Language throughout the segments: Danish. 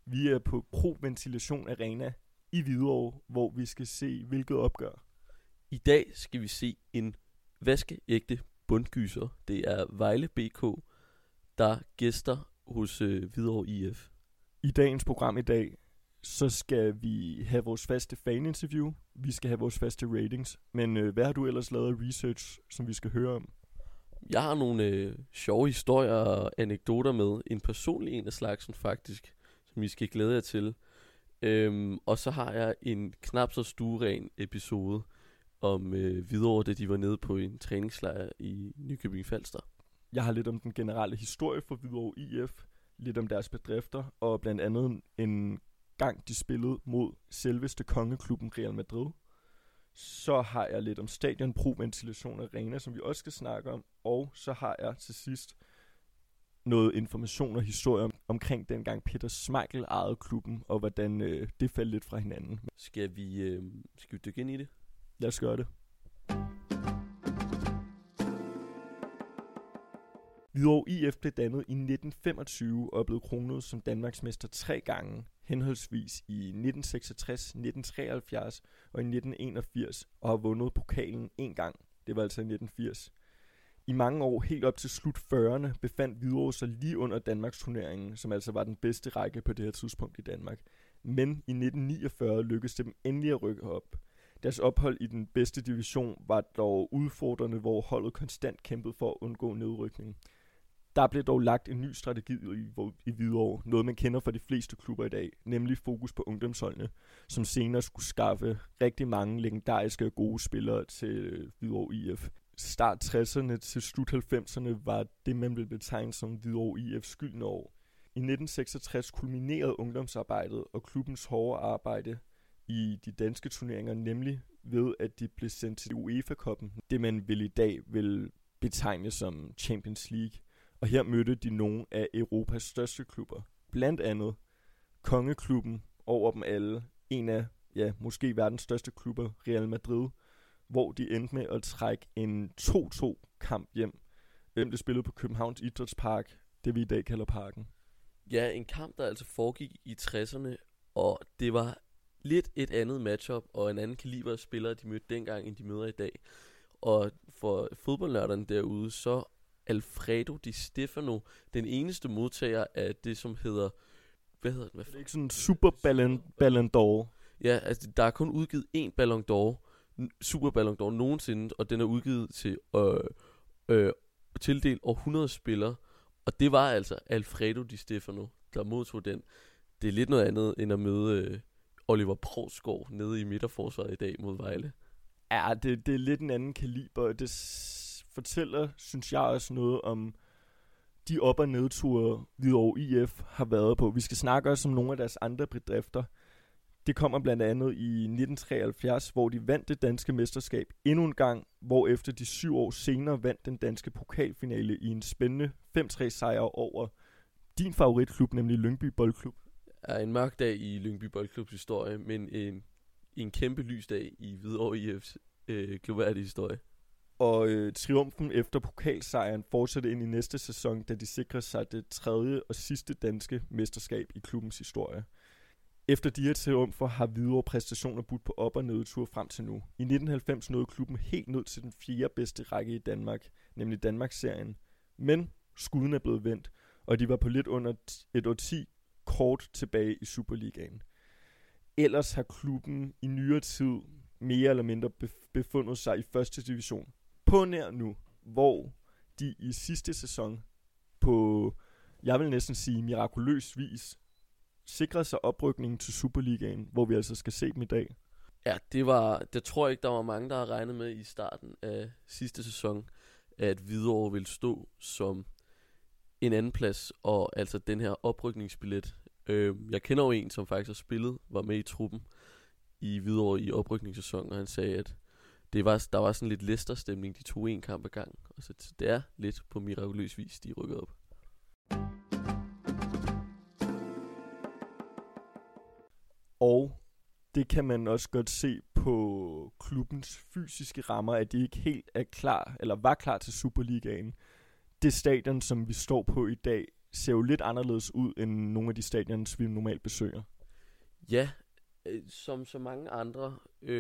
Vi er på Pro Ventilation Arena i Hvidovre, hvor vi skal se, hvilket opgør. I dag skal vi se en vaskeægte bundgyser. Det er Vejle BK, der gæster hos Hvidovre IF. I dagens program i dag, så skal vi have vores faste faninterview. Vi skal have vores faste ratings. Men hvad har du ellers lavet af research, som vi skal høre om? Jeg har nogle sjove historier og anekdoter med. En personlig en af slagsen faktisk, som vi skal glæde jer til. Og så har jeg en knap så stueren episode om Hvidovre, da de var nede på en træningslejr i Nykøbing Falster. Jeg har lidt om den generelle historie for Hvidovre IF, lidt om deres bedrifter, og blandt andet en gang de spillede mod selveste kongeklubben Real Madrid. Så har jeg lidt om Stadion Pro Ventilation Arena, som vi også skal snakke om, og så har jeg til sidst noget information og historie omkring dengang Peter Schmeichel ejede klubben, og hvordan det faldt lidt fra hinanden. Skal vi dykke ind i det? Lad os gøre det. Hvidovre IF blev dannet i 1925 og er blevet kronet som Danmarksmester 3 gange, henholdsvis i 1966, 1973 og i 1981, og har vundet pokalen 1 gang. Det var altså i 1980. I mange år, helt op til slut 40'erne, befandt Hvidovre sig lige under Danmarks turneringen, som altså var den bedste række på det her tidspunkt i Danmark. Men i 1949 lykkedes det dem endelig at rykke op. Deres ophold i den bedste division var dog udfordrende, hvor holdet konstant kæmpede for at undgå nedrykning. Der blev dog lagt en ny strategi i Hvidovre, noget man kender fra de fleste klubber i dag, nemlig fokus på ungdomsholdene, som senere skulle skaffe rigtig mange legendariske og gode spillere til Hvidovre IF. Start 60'erne til slut 90'erne var det, man ville betegne som Hvidovre IF's skyldne år. I 1966 kulminerede ungdomsarbejdet og klubbens hårde arbejde i de danske turneringer, nemlig ved at de blev sendt til UEFA-cuppen, det man vil i dag vil betegne som Champions League. Og her mødte de nogle af Europas største klubber. Blandt andet kongeklubben over dem alle, en af måske verdens største klubber, Real Madrid, hvor de endte med at trække en 2-2 kamp hjem. Det spillede på Københavns Idrætspark, det vi i dag kalder Parken. Ja, en kamp, der altså foregik i 60'erne, og det var lidt et andet matchup og en anden kaliber af spillere, de mødte dengang, end de møder i dag. Og for fodboldnørderne derude, så Alfredo Di Stefano, den eneste modtager af det, som hedder... Hvad hedder det? Det er ikke sådan en super Ballon d'Or. Ja, altså der er kun udgivet 1 Ballon d'Or, Super Ballon d'Or nogensinde, og den er udgivet til tildelt over 100 spillere. Og det var altså Alfredo Di Stefano, der modtog den. Det er lidt noget andet, end at møde Oliver Provsgaard nede i midterforsvaret i dag mod Vejle. Ja, det er lidt en anden kaliber. Det fortæller, synes jeg, også noget om de op- og nedture, Hvidovre IF har været på. Vi skal snakke også om nogle af deres andre bedrifter. Det kommer blandt andet i 1973, hvor de vandt det danske mesterskab endnu en gang, hvorefter de 7 år senere vandt den danske pokalfinale i en spændende 5-3 sejr over din favoritklub, nemlig Lyngby Boldklub. Ja, en mørk dag i Lyngby Boldklubs historie, men en kæmpe lysdag i Hvidovre IF's glorværdige historie. Og triumfen efter pokalsejren fortsatte ind i næste sæson, da de sikrede sig det 3. og sidste danske mesterskab i klubbens historie. Efter de her triumfer har Hvidovre præstationer budt på op- og nedtur frem til nu. I 1990 nåede klubben helt ned til den 4. bedste række i Danmark, nemlig Danmarksserien. Men skuden er blevet vendt, og de var på lidt under et årti kort tilbage i Superligaen. Ellers har klubben i nyere tid mere eller mindre befundet sig i første division. På nær nu, hvor de i sidste sæson på, jeg vil næsten sige, mirakuløs vis sikrede sig oprykningen til Superligaen, hvor vi altså skal se dem i dag. Ja, det tror jeg ikke, der var mange, der har regnet med i starten af sidste sæson, at Hvidovre ville stå som en anden plads, og altså den her oprykningsbillet. Jeg kender jo en, som faktisk har spillet, var med i truppen i Hvidovre i oprykningssæsonen, og han sagde, at der var sådan lidt Leicester-stemning, de tog en kamp ad gang, og så det er lidt på mirakuløs vis, de rykkede op. Og det kan man også godt se på klubbens fysiske rammer, at de ikke helt er klar, eller var klar til Superligaen. Det stadion, som vi står på i dag, ser jo lidt anderledes ud end nogle af de stadioner, vi normalt besøger. Ja, som så mange andre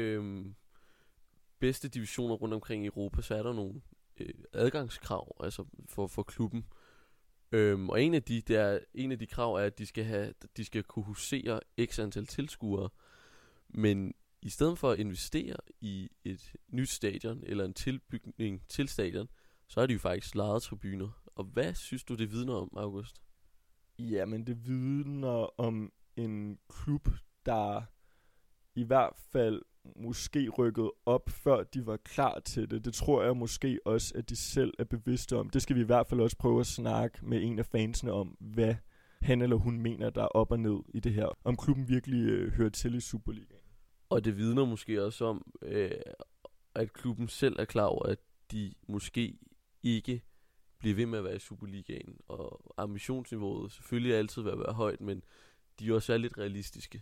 bedste divisioner rundt omkring i Europa, så er der nogle adgangskrav altså for klubben. Og en af de krav er, at de skal kunne husere x antal tilskuere. Men i stedet for at investere i et nyt stadion eller en tilbygning til stadion, så er de jo faktisk lejet tribuner. Og hvad synes du, det vidner om, August? Jamen, det vidner om en klub, der i hvert fald måske rykkede op, før de var klar til det. Det tror jeg måske også, at de selv er bevidste om. Det skal vi i hvert fald også prøve at snakke med en af fansene om, hvad han eller hun mener, der er op og ned i det her. Om klubben virkelig hører til i Superligaen. Og det vidner måske også om, at klubben selv er klar over, at de måske ikke bliver ved med at være i Superligaen. Og ambitionsniveauet selvfølgelig altid vil være højt, men de også er lidt realistiske.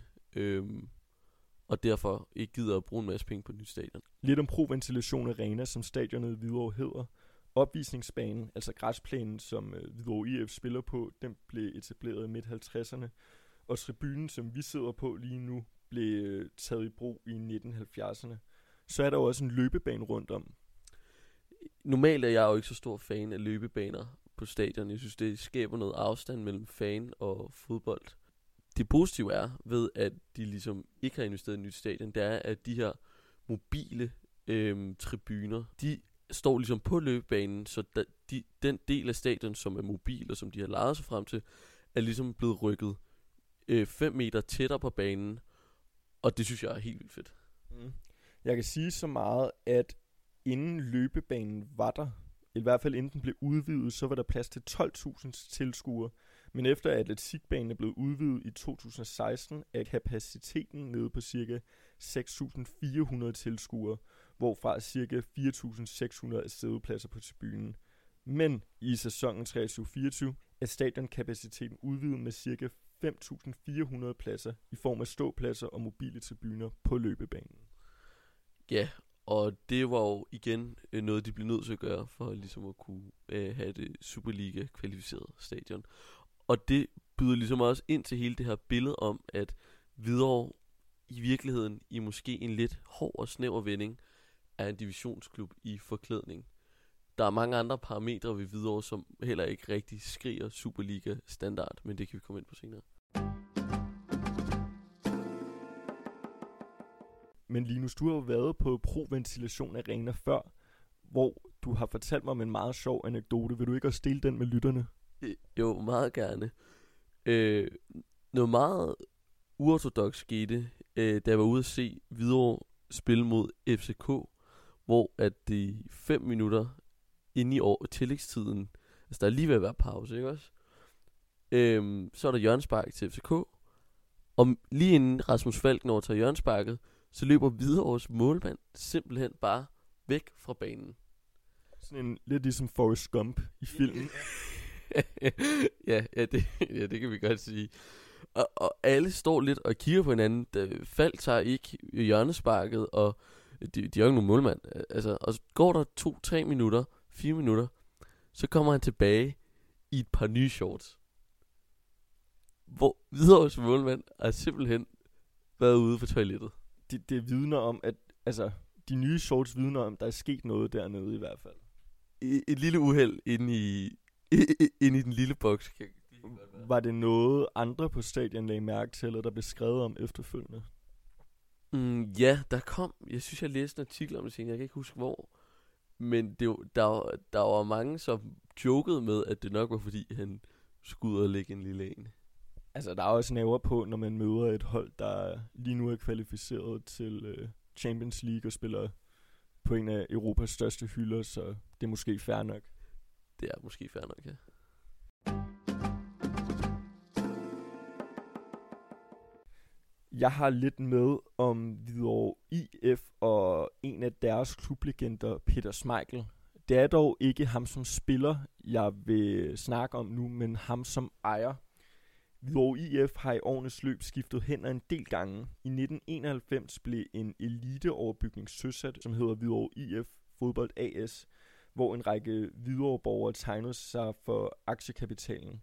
Og derfor ikke gider at bruge en masse penge på et nyt stadion. Lidt om Pro-Ventilation Arena, som stadionet i Hvidovre hedder. Opvisningsbanen, altså græsplænen, som Hvidovre IF spiller på, den blev etableret i midt-50'erne. Og tribunen, som vi sidder på lige nu, blev taget i brug i 1970'erne. Så er der jo også en løbebane rundt om. Normalt er jeg jo ikke så stor fan af løbebaner på stadion. Jeg synes, det skaber noget afstand mellem fan og fodbold. Det positive er ved, at de ligesom ikke har investeret i et nyt stadion, det er, at de her mobile tribuner, de står ligesom på løbebanen, så den del af stadion, som er mobil og som de har lejet sig frem til, er ligesom blevet rykket 5 meter tættere på banen, og det synes jeg er helt vildt fedt. Jeg kan sige så meget, at inden løbebanen var der, i hvert fald inden den blev udvidet, så var der plads til 12.000 tilskuere. Men efter at atletikbanen blev udvidet i 2016, er kapaciteten nede på ca. 6.400 tilskuere, hvorfra ca. 4.600 er sædepladser på tribunen. Men i sæsonen 23-24 er stadionkapaciteten udvidet med ca. 5.400 pladser i form af ståpladser og mobile tribuner på løbebanen. Ja, og det var jo igen noget, de blev nødt til at gøre for ligesom at kunne have det Superliga-kvalificerede stadion. Og det byder ligesom også ind til hele det her billede om, at Hvidovre i virkeligheden i måske en lidt hård og snæver vending er en divisionsklub i forklædning. Der er mange andre parametre ved Hvidovre, som heller ikke rigtig skriger Superliga-standard, men det kan vi komme ind på senere. Men Linus, du har jo været på Pro-Ventilation Arena før, hvor du har fortalt mig om en meget sjov anekdote. Vil du ikke også dele den med lytterne? Jo, meget gerne. Noget meget uortodoks skete, da jeg var ude at se Hvidovre spille mod FCK, hvor at det 5 minutter inde i tillægstiden, altså der er lige ved at være pause, ikke også? Så er der hjørnespark til FCK, og lige inden Rasmus Falk når tager hjørnesparket, så løber Hvidovres målmand simpelthen bare væk fra banen. Sådan en lidt ligesom Forrest Gump i filmen. ja, det kan vi godt sige. Og alle står lidt og kigger på hinanden. Falk tager ikke hjørnesparket, og de har ikke nogen målmand. Altså, og så går der 2-3 minutter, 4 minutter, så kommer han tilbage i et par nye shorts. Hvor Hvidovres målmand er simpelthen været ude på toilettet. Det vidner om, at altså, de nye shorts vidner om, der er sket noget dernede i hvert fald. Et lille uheld inde i den lille boks. Var det noget andre på stadion lagde mærke til, eller der blev skrevet om efterfølgende? Ja, jeg synes jeg læste en artikel om det senere, jeg kan ikke huske hvor. Men der var mange, som jokede med, at det nok var fordi, han skulle ud og lægge en lille en. Altså, der er også næver på, når man møder et hold, der lige nu er kvalificeret til Champions League og spiller på en af Europas største hylder, så det er måske fair nok. Det er måske fair nok, ja. Jeg har lidt med om Hvidovre IF og en af deres klublegender, Peter Schmeichel. Det er dog ikke ham som spiller, jeg vil snakke om nu, men ham som ejer. Hvidovre IF har i årenes løb skiftet hænder en del gange. I 1991 blev en eliteoverbygning søsat, som hedder Hvidovre IF Fodbold AS, hvor en række Hvidovre-borgere tegnede sig for aktiekapitalen.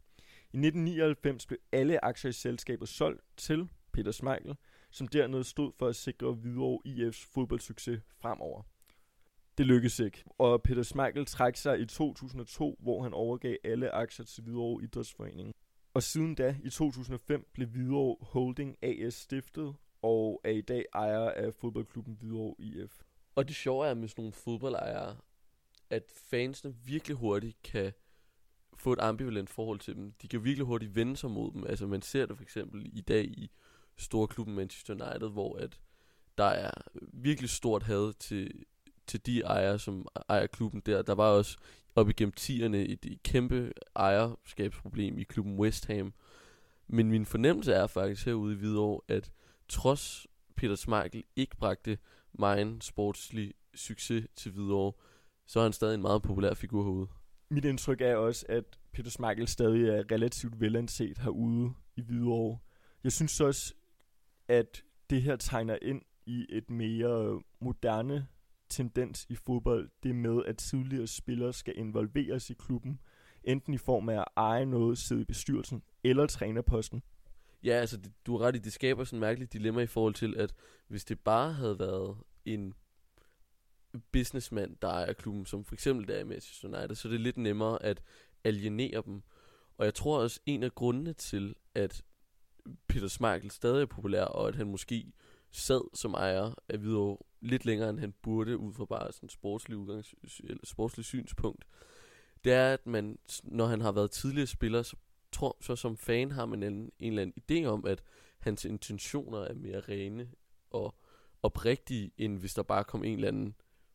I 1999 blev alle aktier i selskabet solgt til Peter Schmeichel, som dernede stod for at sikre Hvidovre IF's fodboldsucces fremover. Det lykkedes ikke, og Peter Schmeichel trak sig i 2002, hvor han overgav alle aktier til Hvidovre Idrætsforening. Og siden da, i 2005, blev Hvidovre Holding AS stiftet, og er i dag ejer af fodboldklubben Hvidovre IF. Og det sjove er med sådan nogle fodboldejere, at fansene virkelig hurtigt kan få et ambivalent forhold til dem. De kan virkelig hurtigt vende sig mod dem. Altså man ser det for eksempel i dag i storklubben Manchester United, hvor at der er virkelig stort had til de ejere, som ejer klubben der. Der var også op igennem 10'erne et kæmpe ejerskabsproblem i klubben West Ham. Men min fornemmelse er faktisk herude i Hvidovre, at trods Peter Schmeichel ikke bragte megen sportslig succes til Hvidovre, så er han stadig en meget populær figur herude. Mit indtryk er også, at Peter Schmeichel stadig er relativt velanset herude i Hvidovre. Jeg synes også, at det her tegner ind i et mere moderne tendens i fodbold. Det med, at tidligere spillere skal involveres i klubben, enten i form af at eje noget, sidde i bestyrelsen eller trænerposten. Ja, altså du har ret i, det skaber sådan en mærkelig dilemma i forhold til, at hvis det bare havde været en businessmand, der ejer klubben, som for eksempel der er Manchester United, så er det lidt nemmere at alienere dem. Og jeg tror også, en af grundene til, at Peter Schmeichel stadig er populær, og at han måske sad som ejer af Hvidovre lidt længere, end han burde, ud fra bare sådan sportslig synspunkt, det er, at man, når han har været tidligere spiller, så som fan har man en eller anden idé om, at hans intentioner er mere rene og oprigtige, end hvis der bare kom en eller anden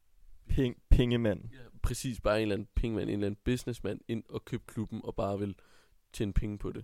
pengemand. Ja, præcis, bare en eller anden pengemand, en eller anden businessmand ind og købe klubben og bare vil tjene penge på det.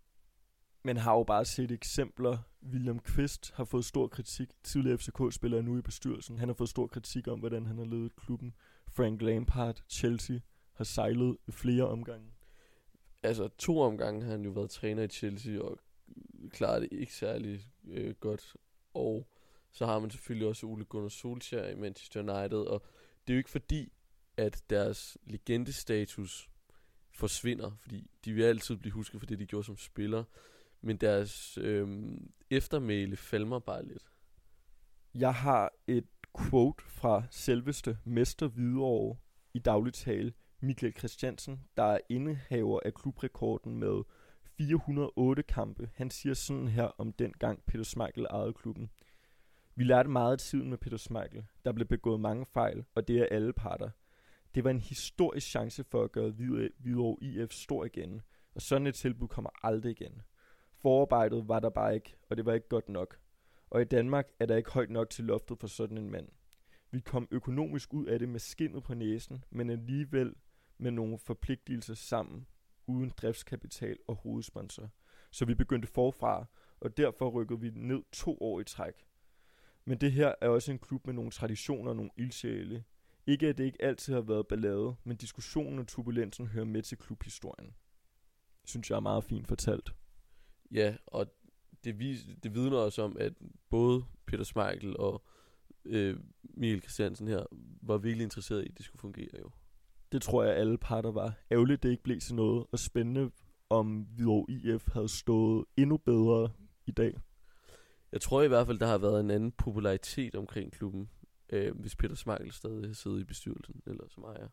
Man har jo bare set eksempler. William Kvist har fået stor kritik. Tidligere FCK-spiller nu i bestyrelsen. Han har fået stor kritik om, hvordan han har ledet klubben. Frank Lampard, Chelsea, har sejlet i flere omgange. Altså 2 omgange har han jo været træner i Chelsea og klarer det ikke særlig godt. Og så har man selvfølgelig også Ole Gunnar Solskjaer i Manchester United. Og det er jo ikke fordi, at deres legendestatus forsvinder, fordi de vil altid blive husket for det, de gjorde som spiller. Men deres eftermæle falmer bare lidt. Jeg har et quote fra selveste Mester Hvidovre i dagligtale, Michael Christiansen, der er indehaver af klubrekorden med 408 kampe. Han siger sådan her om den gang Peter Schmeichel ejede klubben. Vi lærte meget af tiden med Peter Schmeichel. Der blev begået mange fejl, og det er alle parter. Det var en historisk chance for at gøre Hvidovre IF stor igen, og sådan et tilbud kommer aldrig igen. Forarbejdet var der bare ikke, og det var ikke godt nok. Og i Danmark er der ikke højt nok til loftet for sådan en mand. Vi kom økonomisk ud af det med skindet på næsen, men alligevel med nogle forpligtelser sammen, uden driftskapital og hovedsponsor. Så vi begyndte forfra, og derfor rykkede vi ned 2 år i træk. Men det her er også en klub med nogle traditioner og nogle ildsjæle. Ikke at det ikke altid har været ballade, men diskussionen og turbulensen hører med til klubhistorien. Synes jeg er meget fint fortalt. Ja, og det vidner også om, at både Peter Schmeichel og Michael Christiansen her var virkelig interesseret i, at det skulle fungere jo. Det tror jeg, alle parter var. Ærgerligt, det ikke blev til noget, og spændende, om Hvidovre IF havde stået endnu bedre i dag. Jeg tror i hvert fald, der har været en anden popularitet omkring klubben, hvis Peter Schmeichel stadig sidder i bestyrelsen eller som ejer.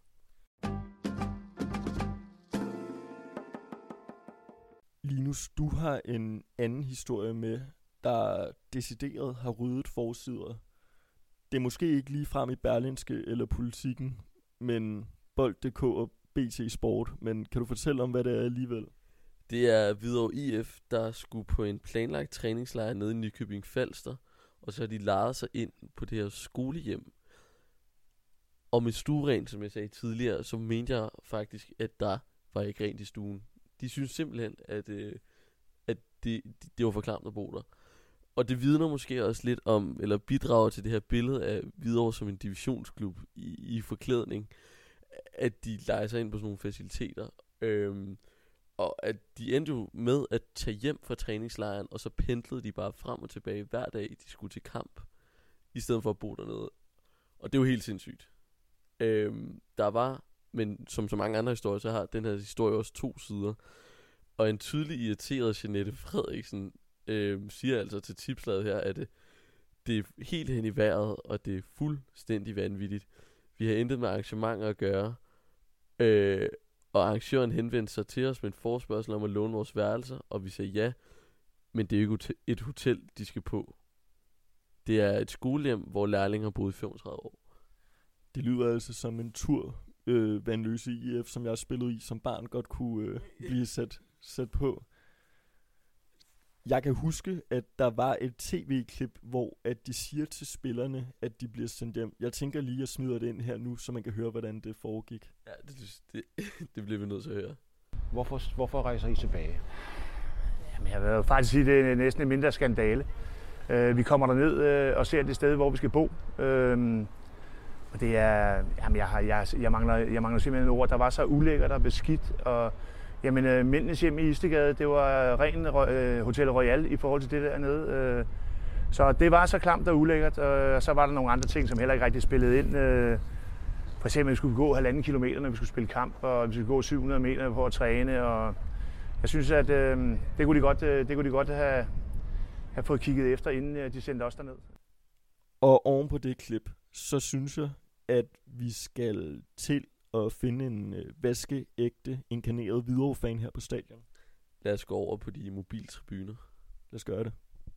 Linus, du har en anden historie med, der decideret har ryddet forsider. Det er måske ikke lige frem i Berlingske eller Politikken, men Bold.dk og BT Sport. Men kan du fortælle om, hvad det er alligevel? Det er Hvidovre IF, der skulle på en planlagt træningslejr nede i Nykøbing Falster, og så har de lejet sig ind på det her skolehjem. Og med stueren, som jeg sagde tidligere, så mente jeg faktisk, at der var ikke rent i stuen. De synes simpelthen, at det var for klamt at bo der. Og det vidner måske også lidt om, eller bidrager til det her billede af Hvidovre som en divisionsklub i forklædning, at de lejer sig ind på sådan nogle faciliteter. Og at de endte jo med at tage hjem fra træningslejren, og så pendlede de bare frem og tilbage hver dag, de skulle til kamp, i stedet for at bo dernede. Og det er jo helt sindssygt. Der var, men som så mange andre historier, så har den her historie også 2 sider. Og en tydelig irriteret Jeanette Frederiksen siger altså til Tipslaget her, at det er helt hen i vejret, og det er fuldstændig vanvittigt. Vi har intet med arrangementer at gøre, og arrangøren henvendte sig til os med en forespørgsel om at låne vores værelser, og vi sagde ja, men det er jo ikke et hotel, de skal på. Det er et skolehjem, hvor lærlinger har boet i 35 år. Det lyder altså som en tur, Vanløse IF, som jeg spillede i som barn, godt kunne blive sat på. Jeg kan huske, at der var et tv-klip, hvor at de siger til spillerne, at de bliver sendt hjem. Jeg tænker lige at smide det ind her nu, så man kan høre, hvordan det foregik. Ja, det bliver vi nødt til at høre. Hvorfor rejser I tilbage? Jamen, jeg vil faktisk sige, at det er næsten en mindre skandale. Vi kommer derned og ser det sted, hvor vi skal bo. Og det er, jamen jeg mangler simpelthen ord. Der var så ulækkert og beskidt. Og jamen, Mændenes Hjem i Istegade, det var ren Hotel Royal i forhold til det dernede. Så det var så klamt og ulækkert. Og så var der nogle andre ting, som heller ikke rigtig spillede ind. For eksempel, at vi skulle gå 1,5 kilometer, når vi skulle spille kamp, og vi skulle gå 700 meter på at træne. Og jeg synes, at det kunne de godt have fået kigget efter, inden de sendte os derned. Og oven på det klip, så synes jeg, at vi skal til at finde en vaskeægte, inkarneret Hvidovre-fan her på stadion. Lad os gå over på de mobiltribuner. Lad os gøre det.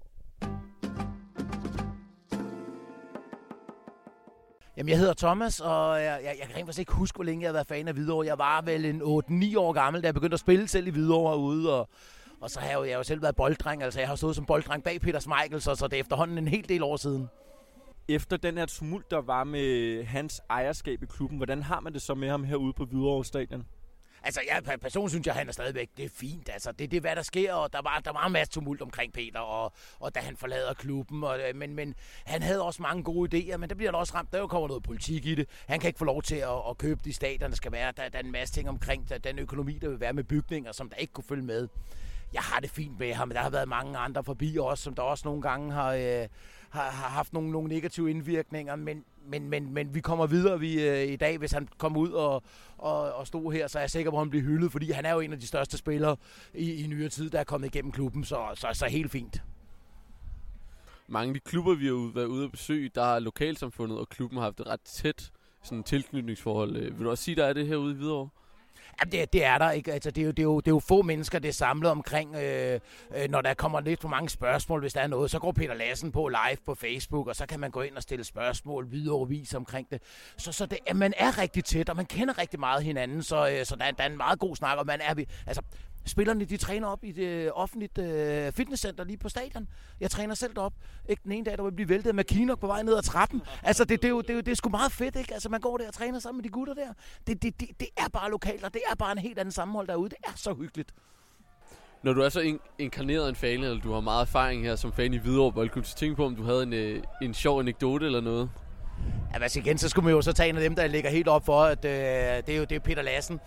Jamen, jeg hedder Thomas, og jeg kan rent faktisk ikke huske, hvor længe jeg har været fan af Hvidovre. Jeg var vel en 8-9 år gammel, da jeg begyndte at spille selv i Hvidovre herude, og så har jeg jo selv været bolddreng. Altså, jeg har stået som bolddreng bag Peter Schmeichel, så det er efterhånden en hel del år siden. Efter den her tumult, der var med hans ejerskab i klubben, hvordan har man det så med ham herude på Hvidovre Stadion? Altså, jeg personligt synes, han er stadigvæk. Det er fint, altså. Det er, hvad der sker, og der var en masse tumult omkring Peter, og da han forlader klubben. Men han havde også mange gode idéer, men der bliver der også ramt. Der jo kommer noget politik i det. Han kan ikke få lov til at købe de stadion, der skal være. Der er en masse ting omkring den økonomi, der vil være med bygninger, som der ikke kunne følge med. Jeg har det fint med ham, men der har været mange andre forbi også, som der også nogle gange har haft nogle negative indvirkninger, men vi kommer videre i dag. Hvis han kommer ud og stod her, så er jeg sikker på, at han bliver hyldet, fordi han er jo en af de største spillere i nyere tid, der er kommet igennem klubben, så helt fint. Mange af de klubber, vi har været ude at besøge, der har lokalsamfundet og klubben haft et ret tæt sådan tilknytningsforhold. Vil du også sige, der er det herude i Hvidovre? Jamen, det er der ikke. Altså, det er jo få mennesker, det er samlet omkring, når der kommer lidt for mange spørgsmål, hvis der er noget. Så går Peter Lassen på live på Facebook, og så kan man gå ind og stille spørgsmål videreovervis omkring det. Så man er rigtig tæt, og man kender rigtig meget hinanden, så der er en meget god snak, og spillerne, de træner op i det offentlige fitnesscenter lige på stadion. Jeg træner selv derop. Ikke den ene dag, der vil blive væltet med Kinok på vej ned ad trappen. Altså, det er sgu meget fedt, ikke? Altså, man går der og træner sammen med de gutter der. Det er bare lokalt, og det er bare en helt anden sammenhold derude. Det er så hyggeligt. Når du er så inkarneret en fan, eller du har meget erfaring her som fan i Hvidovre Boldklub, så tænk på, om du havde en sjov anekdote eller noget. Ja, altså igen, så skulle man jo så tage en af dem, der ligger helt op for, at det er Peter Lassen.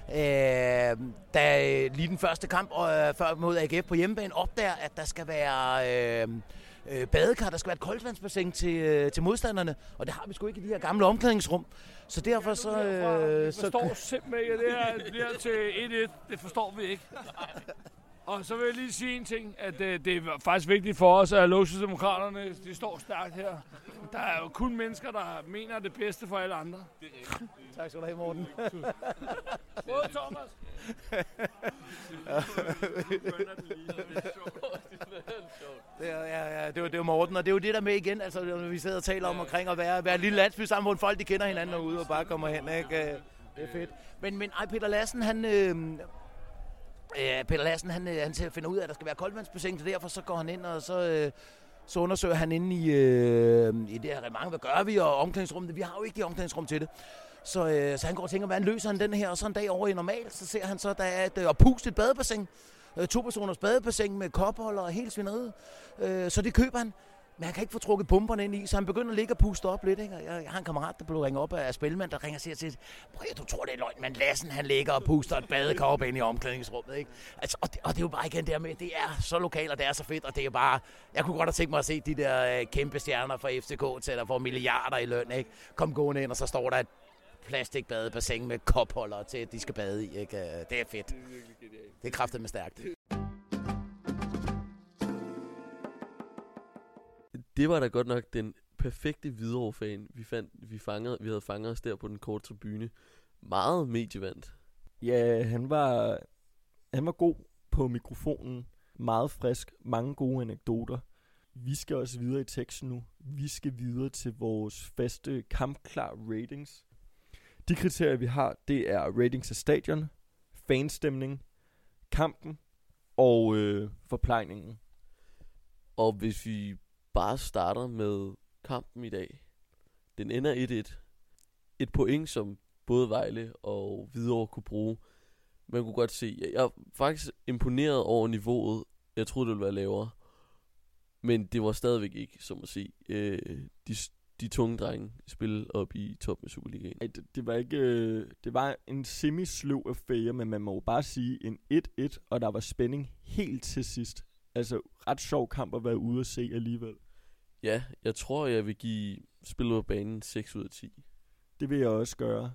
Da lige den første kamp før mod AGF på hjemmebane opdager, at der skal være badekar, der skal være et koldvandsbassin til modstanderne, og det har vi sgu ikke i de her gamle omklædningsrum. Så derfor så... Vi forstår simpelthen ikke, at det her bliver til 1-1. Det forstår vi ikke. Og så vil jeg lige sige en ting, at det er faktisk vigtigt for os, at Socialdemokraterne, de står stærkt her. Der er jo kun mennesker, der mener det bedste for alle andre. Tak skal du have, Morten. Både Thomas. Det er jo Morten, og det er jo det der med igen, altså når vi sidder og taler omkring at være et lille landsby sammen, hvor folk de kender hinanden derude og bare kommer hen, ikke? Det er fedt. Men Peter Lassen, han finder ud af, at der skal være koldvandsbassin, så derfor så går han ind, og så undersøger han inde i det her reglement, hvad gør vi, og omklædningsrummet, vi har jo ikke de omklædningsrum til det. Så han går og tænker, hvordan løser han den her, og så en dag over i normalt, så ser han så, der er et pustet badebassin, 2-personers badebassin med kopholder og helt svineriet, så det køber han. Men han kan ikke få trukket pumperne ind i, så han begynder at ligge og puste op lidt. Ikke? Jeg har en kammerat, der blev ringet op af spilmand, der ringer og siger til, du tror det er løgn, men Lassen han ligger og puster et badekar op ind i omklædningsrummet. Ikke? Altså, og det er jo bare igen der med, det er så lokalt, og det er så fedt, og det er bare, jeg kunne godt have tænkt mig at se de der kæmpe stjerner fra FCK til der får milliarder i løn, ikke? Kom gående ind, og så står der et plastikbadebassin med kopholder til, at de skal bade i. Ikke? Det er fedt. Det er kraftedeme stærkt. Det var da godt nok den perfekte Hvidovre-fan, vi havde fanget os der på den korte tribune. Meget medievandt. Ja, han var god på mikrofonen. Meget frisk. Mange gode anekdoter. Vi skal også videre i teksten nu. Vi skal videre til vores faste kampklar ratings. De kriterier, vi har, det er ratings af stadion, fanstemning, kampen og forplejningen. Og hvis vi bare starter med kampen i dag. Den ender 1-1. Et point, som både Vejle og Hvidovre kunne bruge. Man kunne godt se, jeg er faktisk imponeret over niveauet. Jeg troede, det ville være lavere. Men det var stadigvæk ikke, som at se, de tunge drenge spille op i toppen af Superligaen. Det var ikke, det var en semi-sløv affære, men man må jo bare sige en 1-1, og der var spænding helt til sidst. Altså ret sjov kamp at være ude og se alligevel. Ja, jeg tror, jeg vil give spillet på banen 6 ud af 10. Det vil jeg også gøre.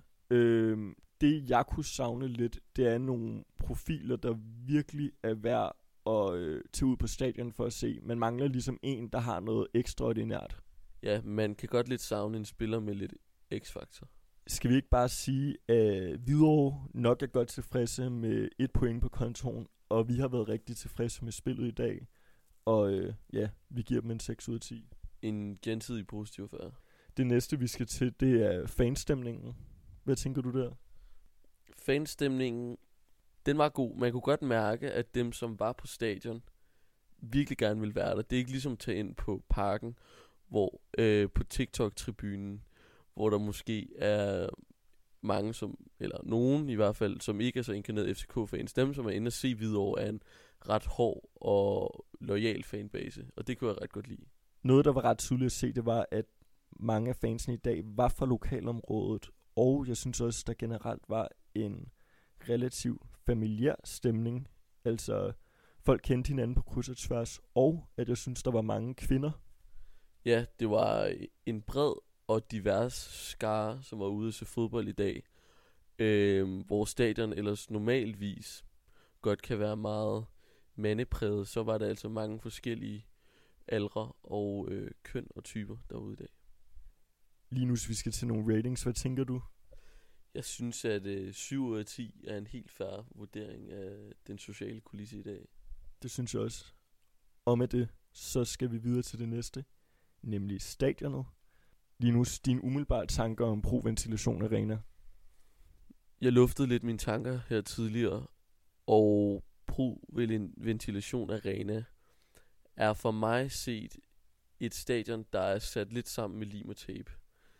Det jeg kunne savne lidt, det er nogle profiler, der virkelig er værd at tage ud på stadion for at se. Man mangler ligesom en, der har noget ekstraordinært. Ja, man kan godt lidt savne en spiller med lidt x-faktor. Skal vi ikke bare sige, at Hvidovre nok er godt tilfredse med 1 point på kontoen, og vi har været rigtig tilfredse med spillet i dag. Og vi giver dem en 6 ud af 10. En gensidig positiv affære. Det næste, vi skal til, det er fanstemningen. Hvad tænker du der? Fanstemningen, den var god. Man kunne godt mærke, at dem, som var på stadion, virkelig gerne ville være der. Det er ikke ligesom at tage ind på parken, hvor på TikTok-tribunen, hvor der måske er mange, eller nogen i hvert fald, som ikke er så inkarnerede FCK-fans. Dem, som er inde og se Hvidovre, er en ret hård og loyal fanbase, og det kunne jeg ret godt lide. Noget, der var ret tydeligt at se, det var, at mange af fansene i dag var fra lokalområdet, og jeg synes også, der generelt var en relativ familiær stemning. Altså, folk kendte hinanden på kryds og tværs, og at jeg synes, der var mange kvinder. Ja, det var en bred og divers skare, som var ude at se fodbold i dag. Hvor stadion ellers normalvis godt kan være meget mandepræget, så var der altså mange forskellige aldre og køn og typer derude i dag. Linus, vi skal til nogle ratings. Hvad tænker du? Jeg synes, at 7 ud af 10 er en helt fair vurdering af den sociale kulisse i dag. Det synes jeg også. Og med det, så skal vi videre til det næste, nemlig stadionet. Linus, dine umiddelbare tanker om Pro-Ventilation Arena? Jeg luftede lidt mine tanker her tidligere, og Pro-Ventilation Arena er for mig set et stadion, der er sat lidt sammen med lim og tape.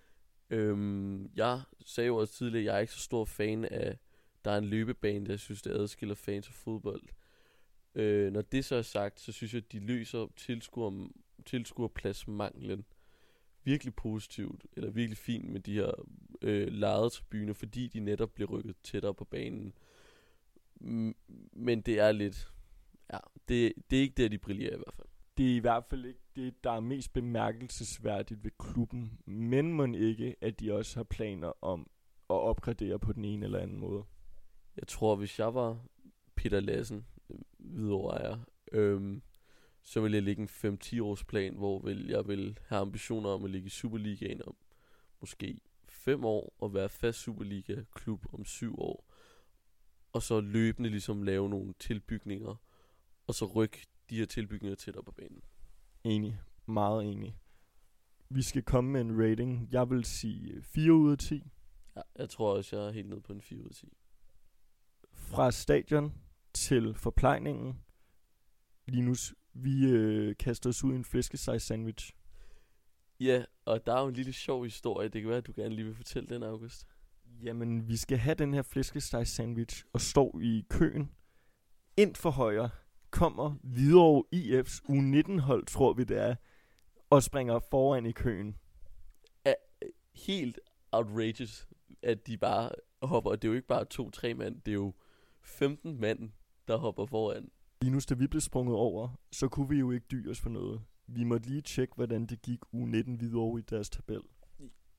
Jeg sagde jo også tidligere, at jeg er ikke så stor fan af, der er en løbebane, der jeg synes, det adskiller fans og fodbold. Når det så er sagt, så synes jeg, at de løser tilskuerpladsmanglen virkelig positivt, eller virkelig fint med de her lejede tribuner, fordi de netop bliver rykket tættere på banen. Men det er lidt, det er ikke der, de brillerer i hvert fald. Det er i hvert fald ikke det, der er mest bemærkelsesværdigt ved klubben, men må ikke, at de også har planer om at opgradere på den ene eller anden måde. Jeg tror, hvis jeg var Peter Lassen, Hvidovre ejer, så vil jeg lægge en 5-10 års plan, hvor jeg vil have ambitioner om at ligge i Superligaen om måske 5 år, og være fast Superliga-klub om 7 år, og så løbende ligesom lave nogle tilbygninger, og så rykke de her tilbygninger tættere på banen. Enig. Meget enig. Vi skal komme med en rating. Jeg vil sige 4 ud af 10. Ja, jeg tror også, jeg er helt nede på en 4 ud af 10. Fra stadion til forplejningen. Linus, vi kaster os ud i en flæskesteg sandwich. Ja, og der er jo en lille sjov historie. Det kan være, at du gerne lige vil fortælle den, August. Jamen, vi skal have den her flæskesteg sandwich og står i køen. Ind for højre kommer Hvidovre IF's U19-hold, tror vi det er, og springer foran i køen. Helt outrageous, at de bare hopper. Det er jo ikke bare 2-3 mand, det er jo 15 mand, der hopper foran. Linus, da vi blev sprunget over, så kunne vi jo ikke dyre os for noget. Vi måtte lige tjekke, hvordan det gik U19 Hvidovre i deres tabel.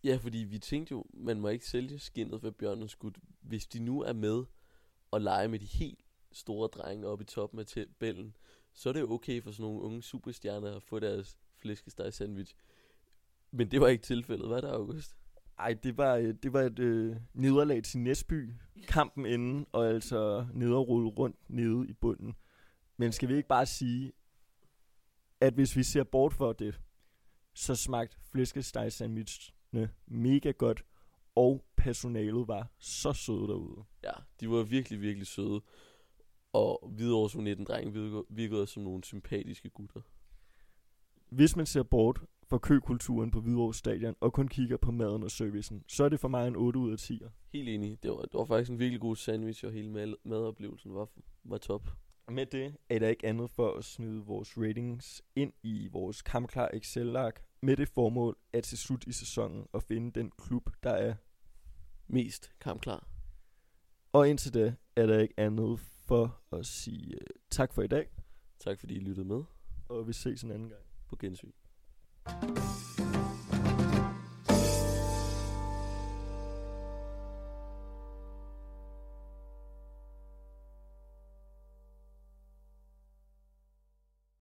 Ja, fordi vi tænkte jo, man må ikke sælge skindet for bjørnens skud. Hvis de nu er med og lege med de helt store drenge oppe i toppen af tabellen, så er det okay for sådan nogle unge superstjerner at få deres flæskesteg sandwich. Men det var ikke tilfældet, var det, August? Ej, det var et nederlag til Næsby. Kampen inden, og altså nederrulle rundt nede i bunden. Men skal vi ikke bare sige, at hvis vi ser bort for det, så smagte flæskesteg sandwichene mega godt, og personalet var så søde derude. Ja, de var virkelig, virkelig søde. Og Hvidovres U19-drenge virkede som nogle sympatiske gutter. Hvis man ser bort fra køkulturen på Hvidovre Stadion, og kun kigger på maden og servicen, så er det for mig en 8 ud af 10. Helt enig. Det var faktisk en virkelig god sandwich, og hele madoplevelsen var top. Med det er der ikke andet for at smide vores ratings ind i vores kampklar Excel-ark, med det formål at til slut i sæsonen og finde den klub, der er mest kampklar. Og indtil da er der ikke andet for at sige tak for i dag. Tak fordi I lyttede med. Og vi ses en anden gang. På gensyn.